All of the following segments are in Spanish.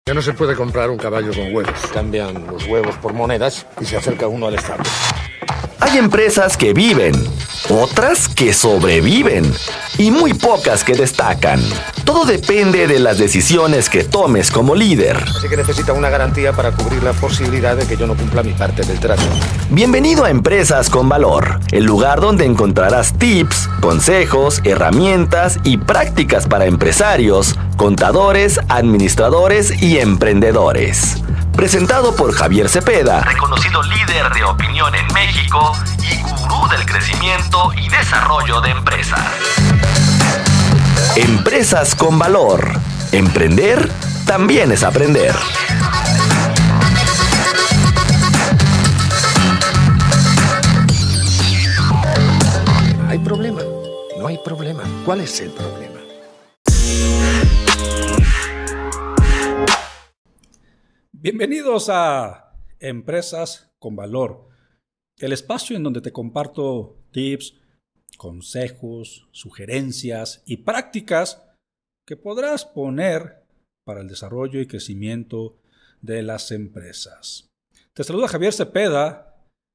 Ya no se puede comprar un caballo con huevos. Cambian los huevos por monedas y se acerca uno al estadio. Hay empresas que viven, otras que sobreviven y muy pocas que destacan. Todo depende de las decisiones que tomes como líder. Así que necesita una garantía para cubrir la posibilidad de que yo no cumpla mi parte del trato. Bienvenido a Empresas con Valor, el lugar donde encontrarás tips, consejos, herramientas y prácticas para empresarios, contadores, administradores y emprendedores. Presentado por Javier Cepeda, reconocido líder de opinión en México y gurú del crecimiento y desarrollo de empresas. Empresas con Valor. Emprender también es aprender. ¿Hay problema? No hay problema. ¿Cuál es el problema? Bienvenidos a Empresas con Valor, el espacio en donde te comparto tips, consejos, sugerencias y prácticas que podrás poner para el desarrollo y crecimiento de las empresas. Te saluda Javier Cepeda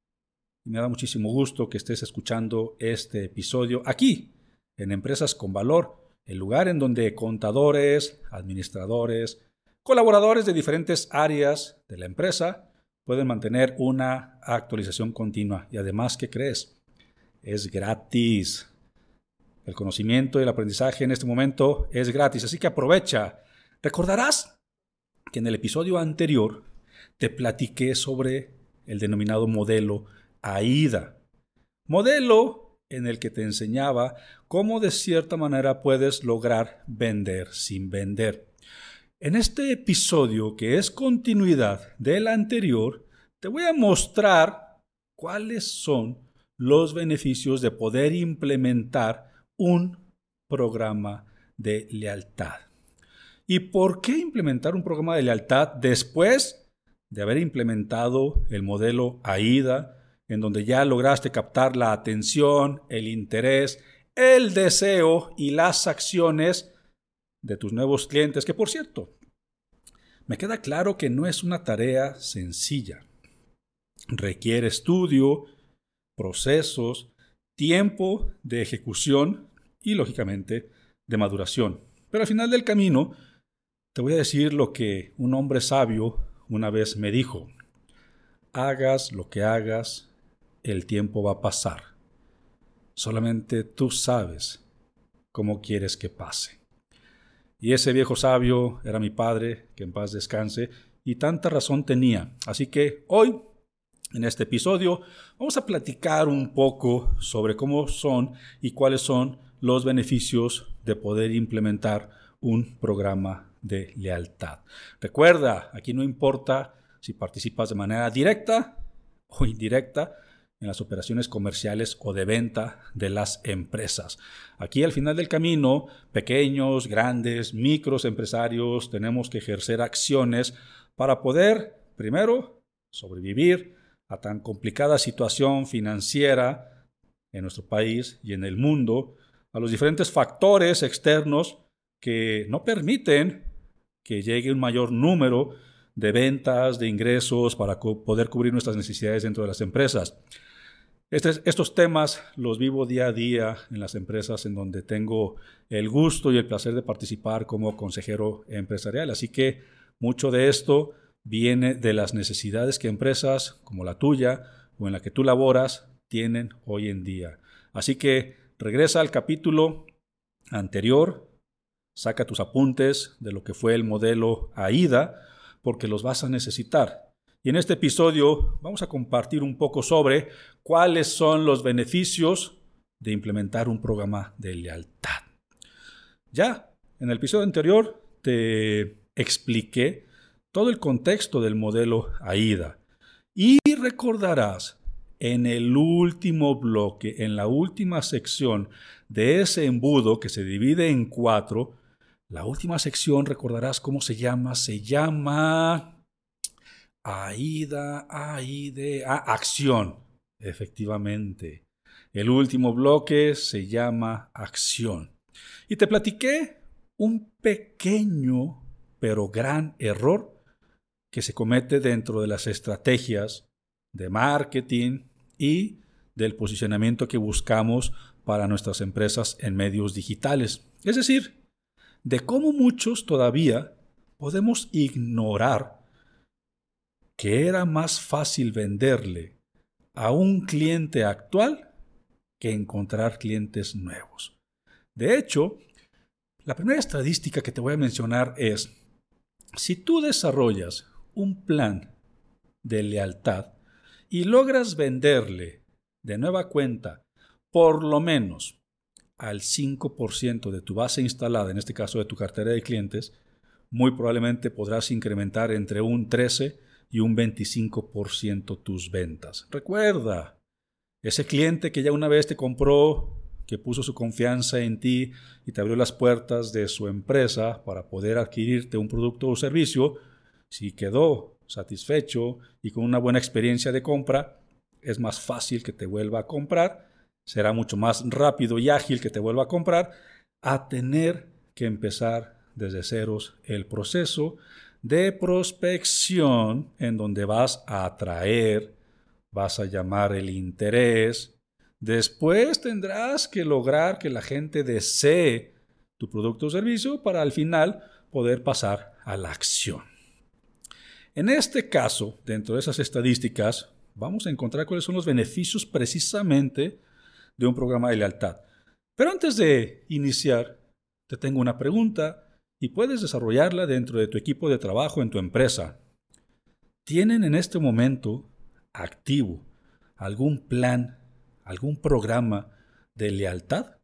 y me da muchísimo gusto que estés escuchando este episodio aquí en Empresas con Valor, el lugar en donde contadores, administradores, colaboradores de diferentes áreas de la empresa pueden mantener una actualización continua. Y además, ¿qué crees? Es gratis. El conocimiento y el aprendizaje en este momento es gratis, así que aprovecha. Recordarás que en el episodio anterior te platiqué sobre el denominado modelo AIDA. Modelo en el que te enseñaba cómo de cierta manera puedes lograr vender sin vender. En este episodio, que es continuidad del anterior, te voy a mostrar cuáles son los beneficios de poder implementar un programa de lealtad. ¿Y por qué implementar un programa de lealtad después de haber implementado el modelo AIDA, en donde ya lograste captar la atención, el interés, el deseo y las acciones de tus nuevos clientes? Que, por cierto, me queda claro que no es una tarea sencilla. Requiere estudio, procesos, tiempo de ejecución y, lógicamente, de maduración. Pero al final del camino, te voy a decir lo que un hombre sabio una vez me dijo: hagas lo que hagas, el tiempo va a pasar. Solamente tú sabes cómo quieres que pase. Y ese viejo sabio era mi padre, que en paz descanse, y tanta razón tenía. Así que hoy, en este episodio, vamos a platicar un poco sobre cómo son y cuáles son los beneficios de poder implementar un programa de lealtad. Recuerda, aquí no importa si participas de manera directa o indirecta en las operaciones comerciales o de venta de las empresas. Aquí, al final del camino, pequeños, grandes, micros empresarios tenemos que ejercer acciones para poder, primero, sobrevivir a tan complicada situación financiera en nuestro país y en el mundo, a los diferentes factores externos que no permiten que llegue un mayor número de ventas, de ingresos para poder cubrir nuestras necesidades dentro de las empresas. Estos temas los vivo día a día en las empresas en donde tengo el gusto y el placer de participar como consejero empresarial. Así que mucho de esto viene de las necesidades que empresas como la tuya o en la que tú laboras tienen hoy en día. Así que regresa al capítulo anterior, saca tus apuntes de lo que fue el modelo AIDA, porque los vas a necesitar. Y en este episodio vamos a compartir un poco sobre cuáles son los beneficios de implementar un programa de lealtad. Ya en el episodio anterior te expliqué todo el contexto del modelo AIDA. Y recordarás en el último bloque, en la última sección de ese embudo que se divide en 4, la última sección, recordarás cómo se llama. Se llama AIDA, acción. Efectivamente. El último bloque se llama acción. Y te platiqué un pequeño pero gran error que se comete dentro de las estrategias de marketing y del posicionamiento que buscamos para nuestras empresas en medios digitales. Es decir, de cómo muchos todavía podemos ignorar que era más fácil venderle a un cliente actual que encontrar clientes nuevos. De hecho, la primera estadística que te voy a mencionar es, si tú desarrollas un plan de lealtad y logras venderle de nueva cuenta por lo menos al 5% de tu base instalada, en este caso de tu cartera de clientes, muy probablemente podrás incrementar entre un 13 y un 25% tus ventas. Recuerda, ese cliente que ya una vez te compró, que puso su confianza en ti y te abrió las puertas de su empresa para poder adquirirte un producto o servicio, si quedó satisfecho y con una buena experiencia de compra, es más fácil que te vuelva a comprar, será mucho más rápido y ágil que te vuelva a comprar, a tener que empezar desde ceros el proceso de prospección en donde vas a atraer, vas a llamar el interés. Después tendrás que lograr que la gente desee tu producto o servicio para al final poder pasar a la acción. En este caso, dentro de esas estadísticas, vamos a encontrar cuáles son los beneficios precisamente de un programa de lealtad. Pero antes de iniciar, te tengo una pregunta y puedes desarrollarla dentro de tu equipo de trabajo en tu empresa. ¿Tienen en este momento activo algún plan, algún programa de lealtad?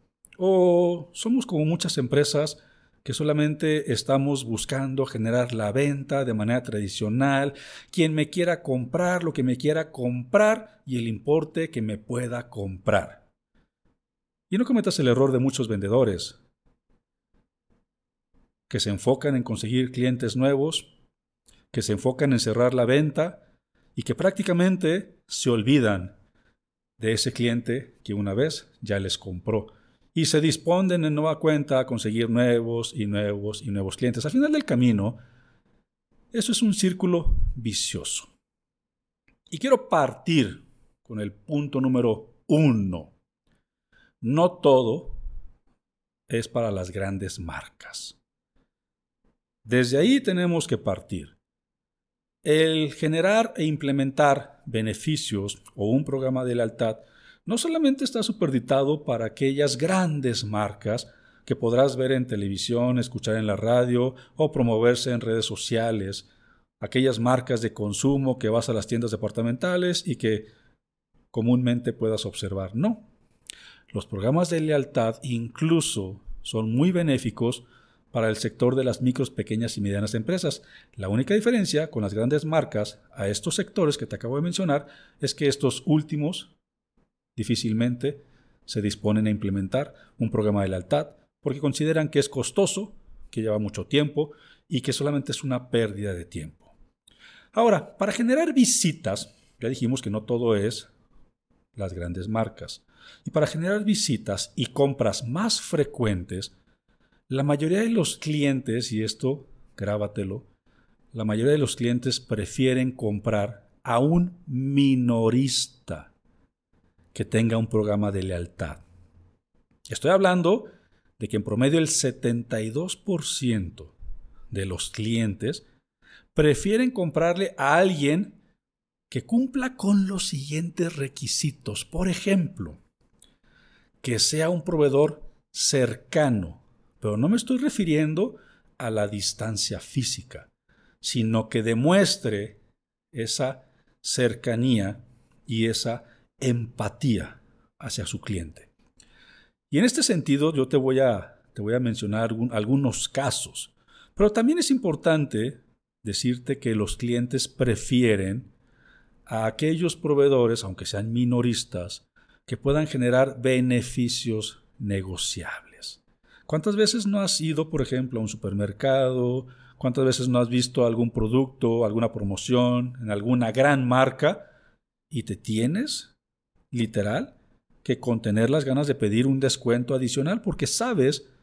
¿O somos como muchas empresas que solamente estamos buscando generar la venta de manera tradicional, quien me quiera comprar lo que me quiera comprar y el importe que me pueda comprar? Y no cometas el error de muchos vendedores que se enfocan en conseguir clientes nuevos, que se enfocan en cerrar la venta y que prácticamente se olvidan de ese cliente que una vez ya les compró y se disponen en nueva cuenta a conseguir nuevos y nuevos y nuevos clientes. Al final del camino, eso es un círculo vicioso. Y quiero partir con el punto número 1. No todo es para las grandes marcas. Desde ahí tenemos que partir. El generar e implementar beneficios o un programa de lealtad no solamente está superditado para aquellas grandes marcas que podrás ver en televisión, escuchar en la radio o promoverse en redes sociales, aquellas marcas de consumo que vas a las tiendas departamentales y que comúnmente puedas observar. No. Los programas de lealtad incluso son muy benéficos para el sector de las micros, pequeñas y medianas empresas. La única diferencia con las grandes marcas a estos sectores que te acabo de mencionar es que estos últimos difícilmente se disponen a implementar un programa de lealtad porque consideran que es costoso, que lleva mucho tiempo y que solamente es una pérdida de tiempo. Ahora, para generar visitas, ya dijimos que no todo es las grandes marcas. Y para generar visitas y compras más frecuentes, la mayoría de los clientes, y esto grábatelo, la mayoría de los clientes prefieren comprar a un minorista que tenga un programa de lealtad. Estoy hablando de que en promedio el 72% de los clientes prefieren comprarle a alguien que cumpla con los siguientes requisitos. Por ejemplo, que sea un proveedor cercano, pero no me estoy refiriendo a la distancia física, sino que demuestre esa cercanía y esa empatía hacia su cliente. Y en este sentido yo te voy a mencionar algunos casos, pero también es importante decirte que los clientes prefieren a aquellos proveedores, aunque sean minoristas, que puedan generar beneficios negociables. ¿Cuántas veces no has ido, por ejemplo, a un supermercado? ¿Cuántas veces no has visto algún producto, alguna promoción en alguna gran marca y te tienes, literal, que contener las ganas de pedir un descuento adicional porque sabes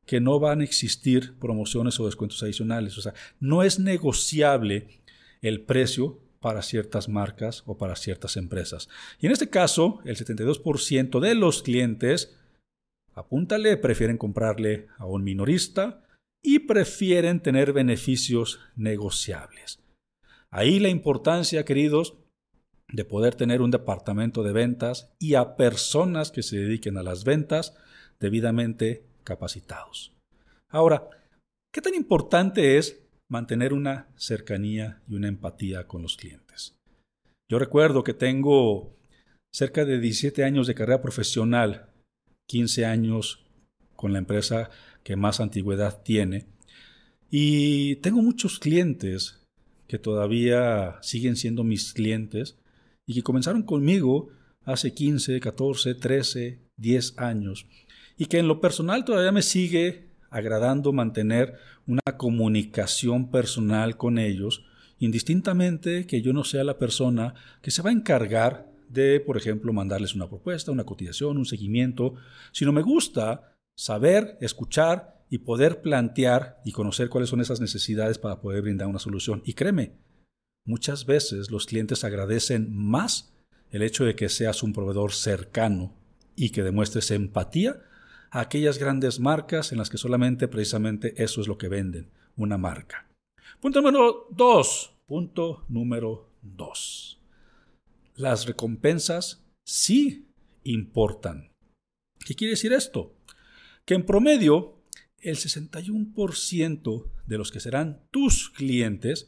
que no van a existir promociones o descuentos adicionales. O sea, no es negociable el precio para ciertas marcas o para ciertas empresas. Y en este caso, el 72% de los clientes, apúntale, prefieren comprarle a un minorista y prefieren tener beneficios negociables. Ahí la importancia, queridos, de poder tener un departamento de ventas y a personas que se dediquen a las ventas debidamente capacitados. Ahora, ¿qué tan importante es mantener una cercanía y una empatía con los clientes? Yo recuerdo que tengo cerca de 17 años de carrera profesional, 15 años con la empresa que más antigüedad tiene, y tengo muchos clientes que todavía siguen siendo mis clientes y que comenzaron conmigo hace 15, 14, 13, 10 años y que en lo personal todavía me sigue agradando mantener una comunicación personal con ellos, indistintamente que yo no sea la persona que se va a encargar de, por ejemplo, mandarles una propuesta, una cotización, un seguimiento, sino me gusta saber, escuchar y poder plantear y conocer cuáles son esas necesidades para poder brindar una solución. Y créeme, muchas veces los clientes agradecen más el hecho de que seas un proveedor cercano y que demuestres empatía a aquellas grandes marcas en las que solamente precisamente eso es lo que venden, una marca. Punto número 2. Las recompensas sí importan. ¿Qué quiere decir esto? Que en promedio el 61% de los que serán tus clientes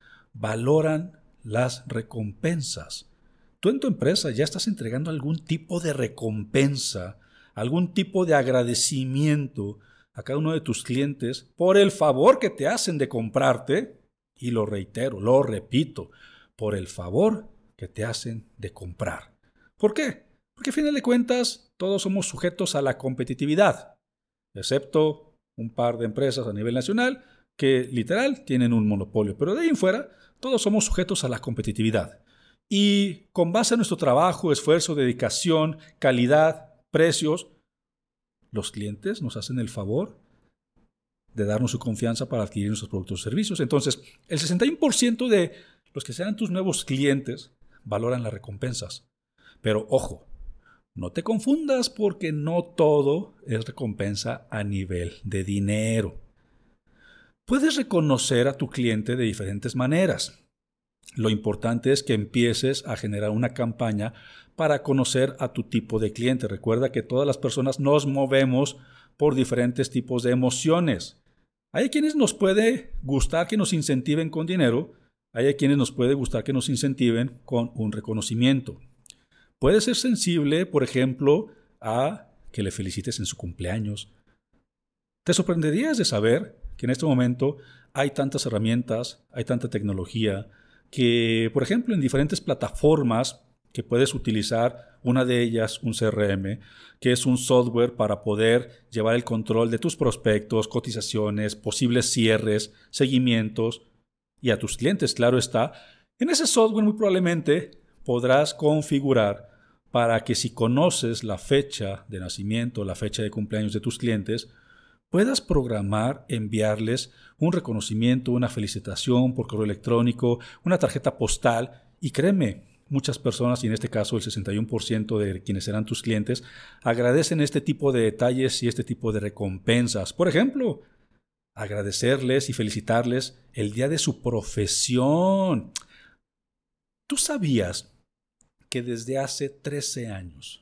valoran las recompensas. Tú en tu empresa ya estás entregando algún tipo de recompensa, algún tipo de agradecimiento a cada uno de tus clientes por el favor que te hacen de comprarte, y lo reitero, lo repito, por el favor que te hacen de comprar. ¿Por qué? Porque a fin de cuentas todos somos sujetos a la competitividad, excepto un par de empresas a nivel nacional que literal tienen un monopolio, pero de ahí en fuera todos somos sujetos a la competitividad. Y con base en nuestro trabajo, esfuerzo, dedicación, calidad, precios, los clientes nos hacen el favor de darnos su confianza para adquirir nuestros productos o servicios. Entonces, el 61% de los que sean tus nuevos clientes valoran las recompensas. Pero ojo, no te confundas porque no todo es recompensa a nivel de dinero. Puedes reconocer a tu cliente de diferentes maneras. Lo importante es que empieces a generar una campaña para conocer a tu tipo de cliente. Recuerda que todas las personas nos movemos por diferentes tipos de emociones. Hay a quienes nos puede gustar que nos incentiven con dinero, hay a quienes nos puede gustar que nos incentiven con un reconocimiento. Puede ser sensible, por ejemplo, a que le felicites en su cumpleaños. Te sorprenderías de saber que en este momento hay tantas herramientas, hay tanta tecnología, que, por ejemplo, en diferentes plataformas que puedes utilizar, una de ellas un CRM, que es un software para poder llevar el control de tus prospectos, cotizaciones, posibles cierres, seguimientos y a tus clientes, claro está. En ese software muy probablemente podrás configurar para que si conoces la fecha de nacimiento, la fecha de cumpleaños de tus clientes, puedas programar, enviarles un reconocimiento, una felicitación por correo electrónico, una tarjeta postal y créeme, muchas personas, y en este caso el 61% de quienes serán tus clientes, agradecen este tipo de detalles y este tipo de recompensas. Por ejemplo, agradecerles y felicitarles el día de su profesión. ¿Tú sabías que desde hace 13 años,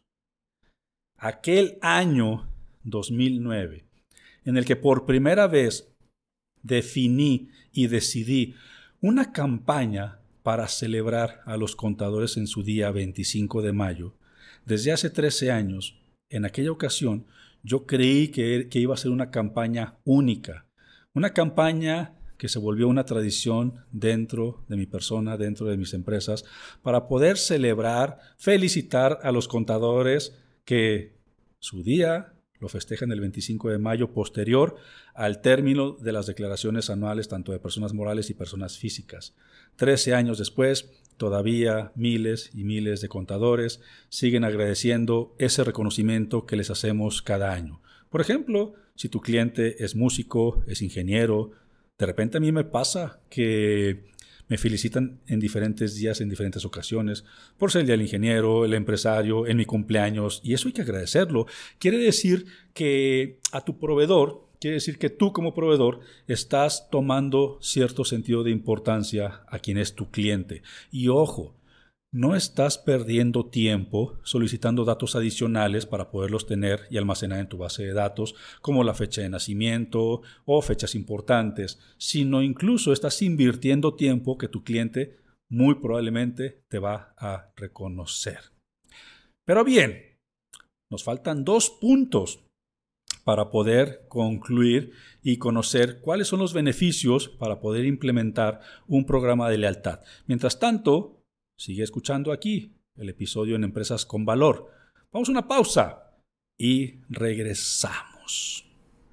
aquel año 2009, en el que por primera vez definí y decidí una campaña para celebrar a los contadores en su día 25 de mayo, desde hace 13 años, en aquella ocasión, yo creí que iba a ser una campaña única, una campaña que se volvió una tradición dentro de mi persona, dentro de mis empresas, para poder celebrar, felicitar a los contadores que su día lo festejan el 25 de mayo posterior al término de las declaraciones anuales tanto de personas morales y personas físicas. 13 años después, todavía miles y miles de contadores siguen agradeciendo ese reconocimiento que les hacemos cada año. Por ejemplo, Si tu cliente es músico, es ingeniero, de repente a mí me pasa que me felicitan en diferentes días, en diferentes ocasiones, por ser el día del ingeniero, el empresario, en mi cumpleaños, y eso hay que agradecerlo. Quiere decir que a tu proveedor, quiere decir que tú como proveedor estás tomando cierto sentido de importancia a quien es tu cliente. Y ojo, no estás perdiendo tiempo solicitando datos adicionales para poderlos tener y almacenar en tu base de datos, como la fecha de nacimiento o fechas importantes, sino incluso estás invirtiendo tiempo que tu cliente muy probablemente te va a reconocer. Pero bien, nos faltan 2 puntos para poder concluir y conocer cuáles son los beneficios para poder implementar un programa de lealtad. Mientras tanto, sigue escuchando aquí el episodio en Empresas con Valor. Vamos a una pausa y regresamos.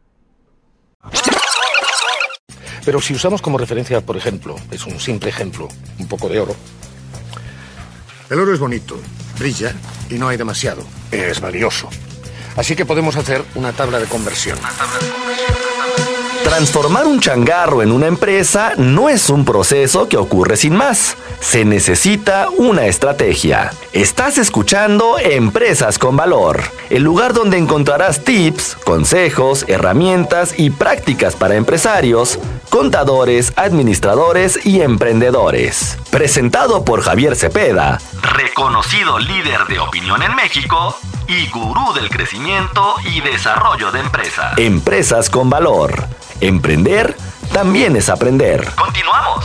Pero si usamos como referencia, por ejemplo, es un simple ejemplo, un poco de oro. El oro es bonito, brilla y no hay demasiado. Es valioso. Así que podemos hacer una tabla de conversión. Transformar un changarro en una empresa no es un proceso que ocurre sin más. Se necesita una estrategia. Estás escuchando Empresas con Valor, el lugar donde encontrarás tips, consejos, herramientas y prácticas para empresarios, contadores, administradores y emprendedores. Presentado por Javier Cepeda, reconocido líder de opinión en México y gurú del crecimiento y desarrollo de empresas. Empresas con Valor. Emprender también es aprender. Continuamos.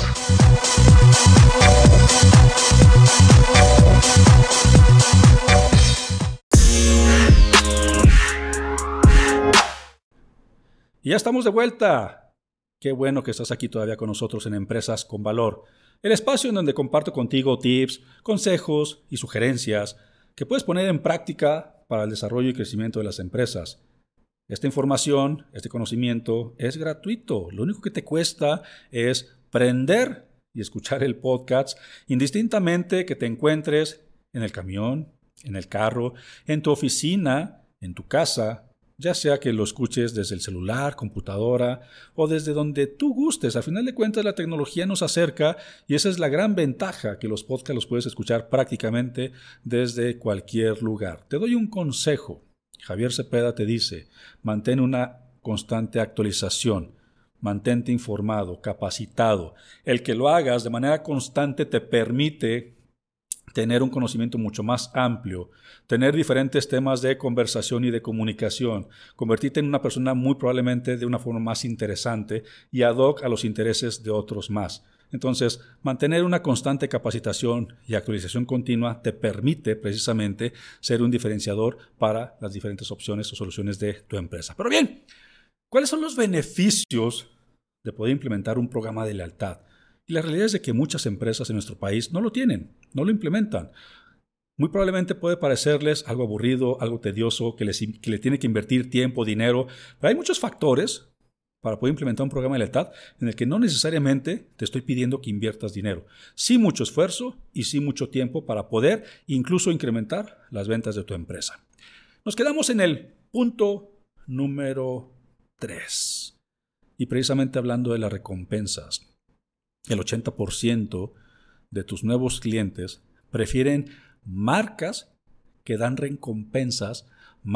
Y ya estamos de vuelta. Qué bueno que estás aquí todavía con nosotros en Empresas con Valor, el espacio en donde comparto contigo tips, consejos y sugerencias que puedes poner en práctica para el desarrollo y crecimiento de las empresas. Esta información, este conocimiento es gratuito. Lo único que te cuesta es prender y escuchar el podcast, indistintamente que te encuentres en el camión, en el carro, en tu oficina, en tu casa, ya sea que lo escuches desde el celular, computadora o desde donde tú gustes. Al final de cuentas, la tecnología nos acerca y esa es la gran ventaja, que los podcasts los puedes escuchar prácticamente desde cualquier lugar. Te doy un consejo. Javier Cepeda te dice, mantén una constante actualización, mantente informado, capacitado. El que lo hagas de manera constante te permite tener un conocimiento mucho más amplio, tener diferentes temas de conversación y de comunicación, convertirte en una persona muy probablemente de una forma más interesante y ad hoc a los intereses de otros más. Entonces, mantener una constante capacitación y actualización continua te permite precisamente ser un diferenciador para las diferentes opciones o soluciones de tu empresa. Pero bien, ¿cuáles son los beneficios de poder implementar un programa de lealtad? Y la realidad es de que muchas empresas en nuestro país no lo tienen, no lo implementan. Muy probablemente puede parecerles algo aburrido, algo tedioso, que le tiene que invertir tiempo, dinero, pero hay muchos factores para poder implementar un programa de lealtad en el que no necesariamente te estoy pidiendo que inviertas dinero. Sí mucho esfuerzo y sí mucho tiempo para poder incluso incrementar las ventas de tu empresa. Nos quedamos en el punto número 3. Y precisamente hablando de las recompensas. El 80% de tus nuevos clientes prefieren marcas que dan recompensas,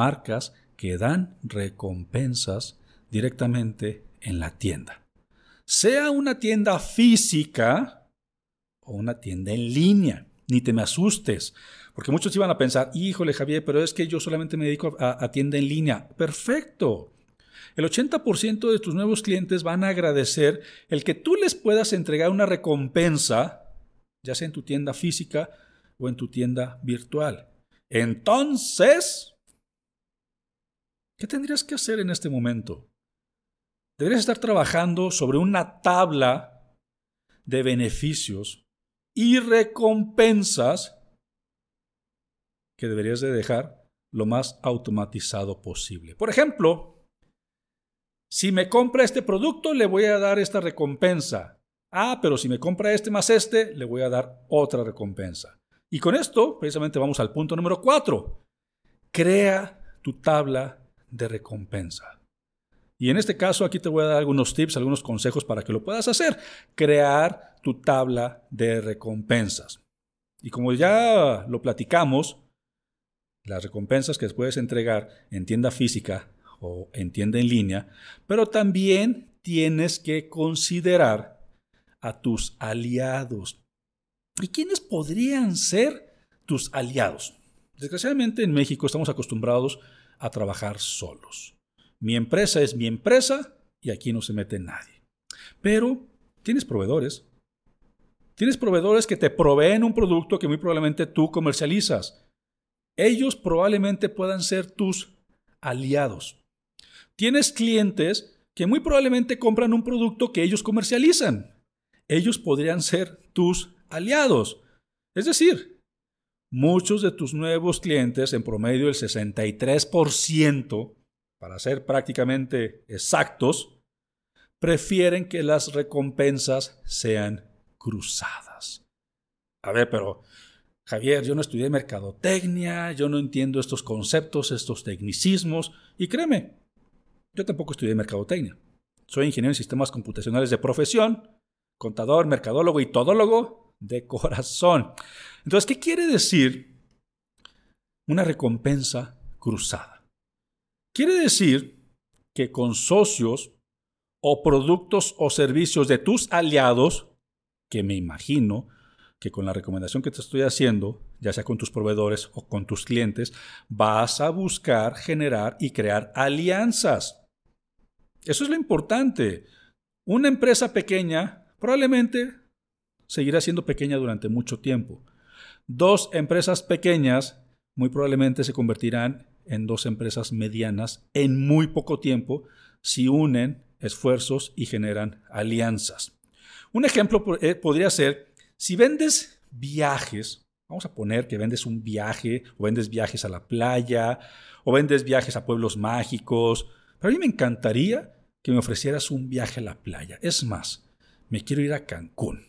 directamente en la tienda. Sea una tienda física o una tienda en línea. Ni te me asustes, porque muchos iban a pensar, híjole Javier, pero es que yo solamente me dedico a tienda en línea. Perfecto. El 80% de tus nuevos clientes van a agradecer el que tú les puedas entregar una recompensa, ya sea en tu tienda física o en tu tienda virtual. Entonces, ¿qué tendrías que hacer en este momento? Deberías estar trabajando sobre una tabla de beneficios y recompensas que deberías de dejar lo más automatizado posible. Por ejemplo, si me compra este producto, le voy a dar esta recompensa. Pero si me compra este más este, le voy a dar otra recompensa. Y con esto, precisamente vamos al punto número 4. Crea tu tabla de recompensa. Y en este caso aquí te voy a dar algunos tips, algunos consejos para que lo puedas hacer. Crear tu tabla de recompensas. Y como ya lo platicamos, las recompensas que puedes entregar en tienda física o en tienda en línea, pero también tienes que considerar a tus aliados. ¿Y quiénes podrían ser tus aliados? Desgraciadamente en México estamos acostumbrados a trabajar solos. Mi empresa es mi empresa y aquí no se mete nadie. Pero tienes proveedores. Tienes proveedores que te proveen un producto que muy probablemente tú comercializas. Ellos probablemente puedan ser tus aliados. Tienes clientes que muy probablemente compran un producto que ellos comercializan. Ellos podrían ser tus aliados. Es decir, muchos de tus nuevos clientes, en promedio el 63%, para ser prácticamente exactos, prefieren que las recompensas sean cruzadas. A ver, pero Javier, yo no estudié mercadotecnia, yo no entiendo estos conceptos, estos tecnicismos, y créeme, yo tampoco estudié mercadotecnia. Soy ingeniero en sistemas computacionales de profesión, contador, mercadólogo y todólogo de corazón. Entonces, ¿qué quiere decir una recompensa cruzada? Quiere decir que con socios o productos o servicios de tus aliados, que me imagino que con la recomendación que te estoy haciendo, ya sea con tus proveedores o con tus clientes, vas a buscar generar y crear alianzas. Eso es lo importante. Una empresa pequeña probablemente seguirá siendo pequeña durante mucho tiempo. Dos empresas pequeñas muy probablemente se convertirán en dos empresas medianas en muy poco tiempo si unen esfuerzos y generan alianzas. Un ejemplo podría ser, si vendes viajes, vamos a poner que vendes un viaje o vendes viajes a la playa o vendes viajes a pueblos mágicos, pero a mí me encantaría que me ofrecieras un viaje a la playa. Es más, me quiero ir a Cancún.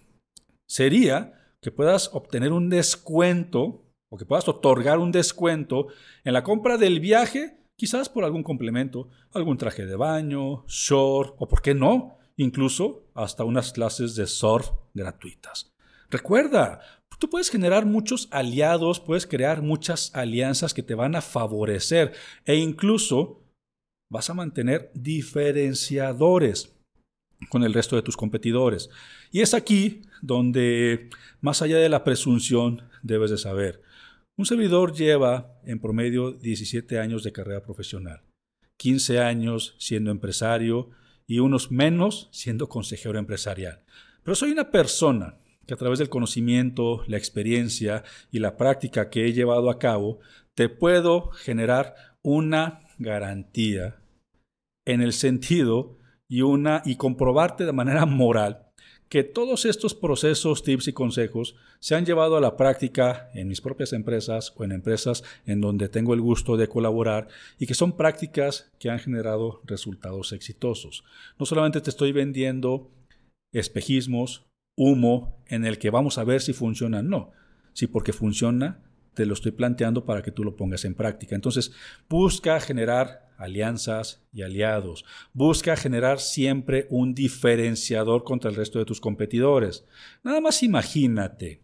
Sería que puedas obtener un descuento o que puedas otorgar un descuento en la compra del viaje, quizás por algún complemento, algún traje de baño, short o, ¿por qué no?, incluso hasta unas clases de surf gratuitas. Recuerda, tú puedes generar muchos aliados, puedes crear muchas alianzas que te van a favorecer e incluso vas a mantener diferenciadores con el resto de tus competidores. Y es aquí donde, más allá de la presunción, debes de saber. Un servidor lleva en promedio 17 años de carrera profesional, 15 años siendo empresario y unos menos siendo consejero empresarial. Pero soy una persona que a través del conocimiento, la experiencia y la práctica que he llevado a cabo, te puedo generar una garantía en el sentido y comprobarte de manera moral que todos estos procesos, tips y consejos se han llevado a la práctica en mis propias empresas o en empresas en donde tengo el gusto de colaborar y que son prácticas que han generado resultados exitosos. No solamente te estoy vendiendo espejismos, humo en el que vamos a ver si funciona, no. Si porque funciona, te lo estoy planteando para que tú lo pongas en práctica. Entonces, busca generar alianzas y aliados. Busca generar siempre un diferenciador contra el resto de tus competidores. Nada más imagínate,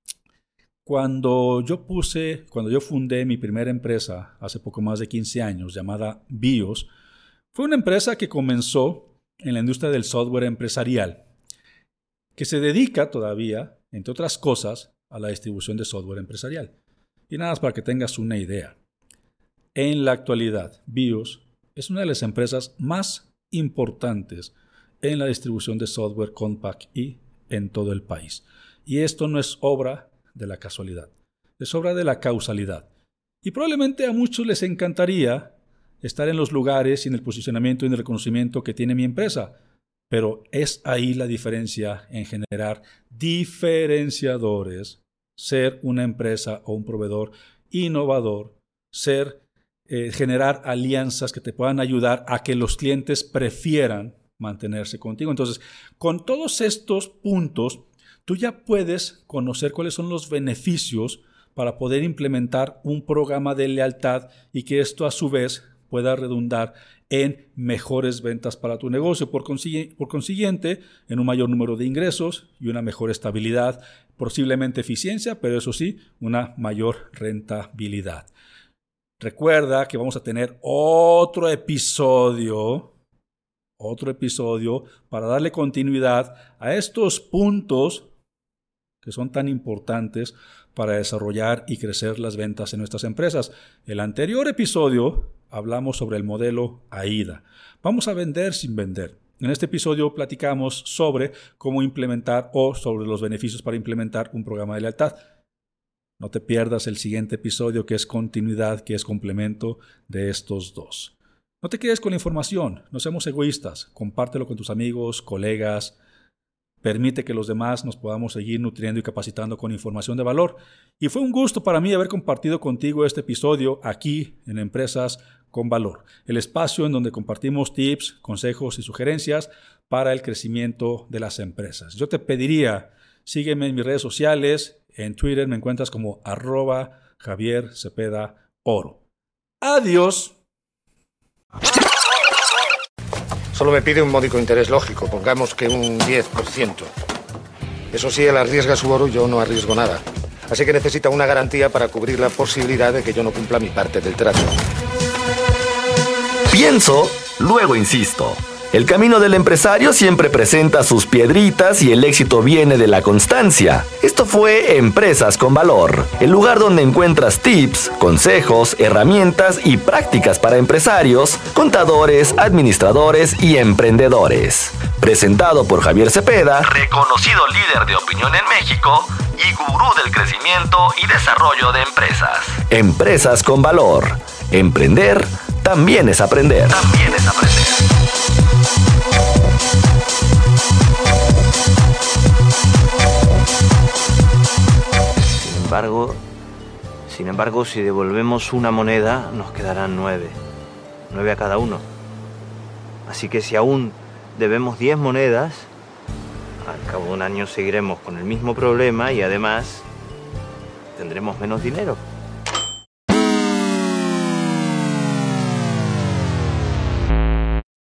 cuando yo fundé mi primera empresa hace poco más de 15 años, llamada BIOS, fue una empresa que comenzó en la industria del software empresarial, que se dedica todavía, entre otras cosas, a la distribución de software empresarial. Y nada más para que tengas una idea. En la actualidad, BIOS es una de las empresas más importantes en la distribución de software Compact y en todo el país. Y esto no es obra de la casualidad, es obra de la causalidad. Y probablemente a muchos les encantaría estar en los lugares y en el posicionamiento y en el reconocimiento que tiene mi empresa, pero es ahí la diferencia en generar diferenciadores, ser una empresa o un proveedor innovador, generar alianzas que te puedan ayudar a que los clientes prefieran mantenerse contigo. Entonces, con todos estos puntos, tú ya puedes conocer cuáles son los beneficios para poder implementar un programa de lealtad y que esto a su vez pueda redundar en mejores ventas para tu negocio, por consiguiente, en un mayor número de ingresos y una mejor estabilidad, posiblemente eficiencia, pero eso sí, una mayor rentabilidad. Recuerda que vamos a tener otro episodio para darle continuidad a estos puntos que son tan importantes para desarrollar y crecer las ventas en nuestras empresas. El anterior episodio hablamos sobre el modelo AIDA. Vamos a vender sin vender. En este episodio platicamos sobre cómo implementar o sobre los beneficios para implementar un programa de lealtad. No te pierdas el siguiente episodio, que es continuidad, que es complemento de estos dos. No te quedes con la información, no seamos egoístas, compártelo con tus amigos, colegas. Permite que los demás nos podamos seguir nutriendo y capacitando con información de valor. Y fue un gusto para mí haber compartido contigo este episodio aquí en Empresas con Valor, el espacio en donde compartimos tips, consejos y sugerencias para el crecimiento de las empresas. Yo te pediría, sígueme en mis redes sociales, en Twitter me encuentras como @JavierCepedaOro. ¡Adiós! Solo me pide un módico interés lógico, pongamos que un 10%. Eso sí, él arriesga su oro y yo no arriesgo nada. Así que necesita una garantía para cubrir la posibilidad de que yo no cumpla mi parte del trato. Pienso, luego insisto. El camino del empresario siempre presenta sus piedritas y el éxito viene de la constancia. Esto fue Empresas con Valor, el lugar donde encuentras tips, consejos, herramientas y prácticas para empresarios, contadores, administradores y emprendedores. Presentado por Javier Cepeda, reconocido líder de opinión en México y gurú del crecimiento y desarrollo de empresas. Empresas con Valor. Emprender también es aprender. Sin embargo, si devolvemos una moneda, nos quedarán 9 a cada uno. Así que si aún debemos 10 monedas, al cabo de un año seguiremos con el mismo problema y además tendremos menos dinero.